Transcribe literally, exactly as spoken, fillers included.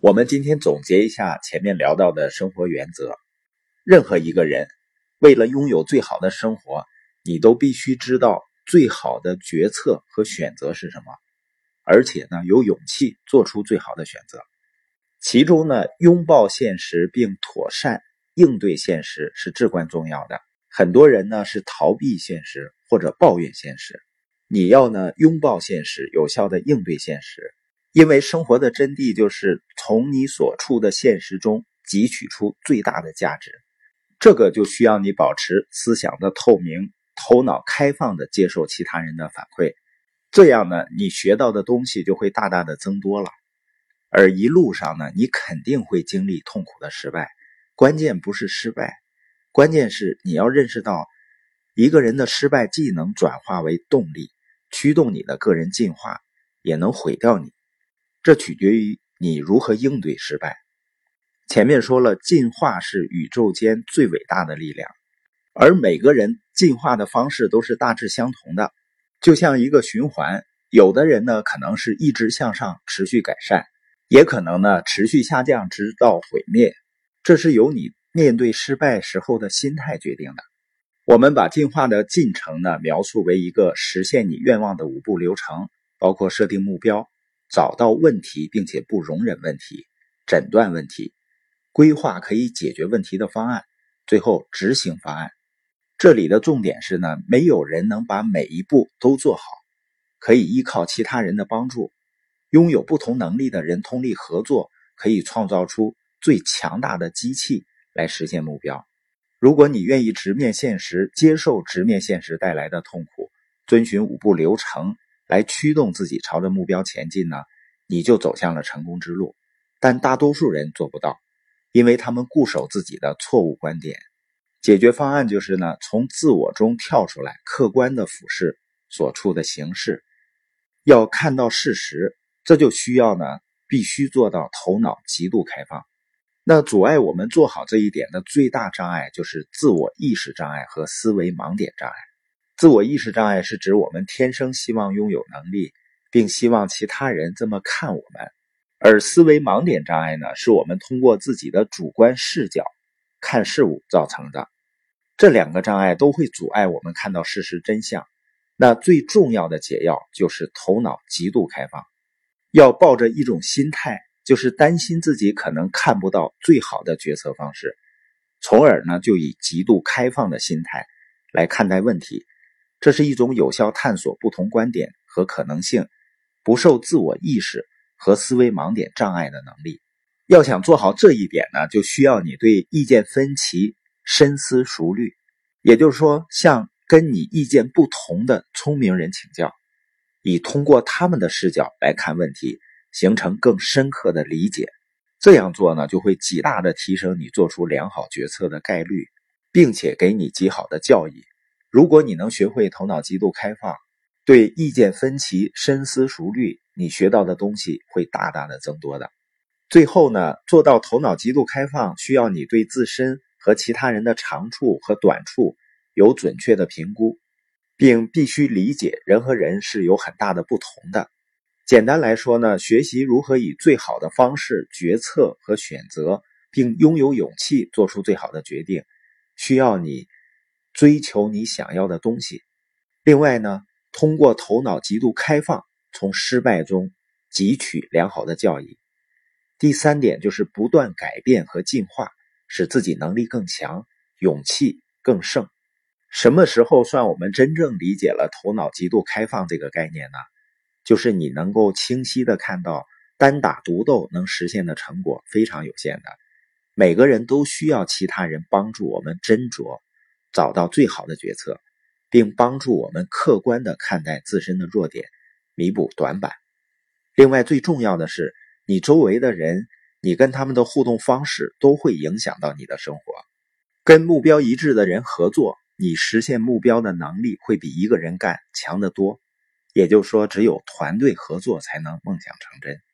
我们今天总结一下前面聊到的生活原则。任何一个人为了拥有最好的生活，你都必须知道最好的决策和选择是什么，而且呢，有勇气做出最好的选择。其中呢，拥抱现实并妥善应对现实是至关重要的。很多人呢是逃避现实或者抱怨现实，你要呢拥抱现实，有效的应对现实。因为生活的真谛就是从你所处的现实中汲取出最大的价值，这个就需要你保持思想的透明，头脑开放的接受其他人的反馈，这样呢，你学到的东西就会大大的增多了。而一路上呢，你肯定会经历痛苦的失败，关键不是失败，关键是你要认识到，一个人的失败既能转化为动力，驱动你的个人进化，也能毁掉你。这取决于你如何应对失败。前面说了，进化是宇宙间最伟大的力量，而每个人进化的方式都是大致相同的，就像一个循环。有的人呢，可能是一直向上，持续改善，也可能呢，持续下降，直到毁灭。这是由你面对失败时候的心态决定的。我们把进化的进程呢，描述为一个实现你愿望的五步流程，包括设定目标，找到问题并且不容忍问题，诊断问题，规划可以解决问题的方案，最后执行方案。这里的重点是呢，没有人能把每一步都做好，可以依靠其他人的帮助。拥有不同能力的人通力合作，可以创造出最强大的机器来实现目标。如果你愿意直面现实，接受直面现实带来的痛苦，遵循五步流程来驱动自己朝着目标前进呢，你就走向了成功之路。但大多数人做不到，因为他们固守自己的错误观点。解决方案就是呢，从自我中跳出来，客观的俯视所处的形势，要看到事实。这就需要呢，必须做到头脑极度开放。那阻碍我们做好这一点的最大障碍就是自我意识障碍和思维盲点障碍。自我意识障碍是指我们天生希望拥有能力，并希望其他人这么看我们。而思维盲点障碍呢，是我们通过自己的主观视角看事物造成的。这两个障碍都会阻碍我们看到事实真相。那最重要的解药就是头脑极度开放，要抱着一种心态，就是担心自己可能看不到最好的决策方式，从而呢，就以极度开放的心态来看待问题。这是一种有效探索不同观点和可能性，不受自我意识和思维盲点障碍的能力。要想做好这一点呢，就需要你对意见分歧深思熟虑，也就是说，向跟你意见不同的聪明人请教，以通过他们的视角来看问题，形成更深刻的理解。这样做呢，就会极大的提升你做出良好决策的概率，并且给你极好的教益。如果你能学会头脑极度开放，对意见分歧深思熟虑，你学到的东西会大大的增多的。最后呢，做到头脑极度开放，需要你对自身和其他人的长处和短处有准确的评估，并必须理解人和人是有很大的不同的。简单来说呢，学习如何以最好的方式决策和选择，并拥有勇气做出最好的决定，需要你追求你想要的东西。另外呢，通过头脑极度开放，从失败中汲取良好的教益。第三点就是不断改变和进化，使自己能力更强，勇气更盛。什么时候算我们真正理解了头脑极度开放这个概念呢？就是你能够清晰地看到单打独斗能实现的成果非常有限的，每个人都需要其他人帮助我们斟酌，找到最好的决策，并帮助我们客观地看待自身的弱点，弥补短板。另外最重要的是，你周围的人，你跟他们的互动方式都会影响到你的生活。跟目标一致的人合作，你实现目标的能力会比一个人干强得多。也就是说，只有团队合作才能梦想成真。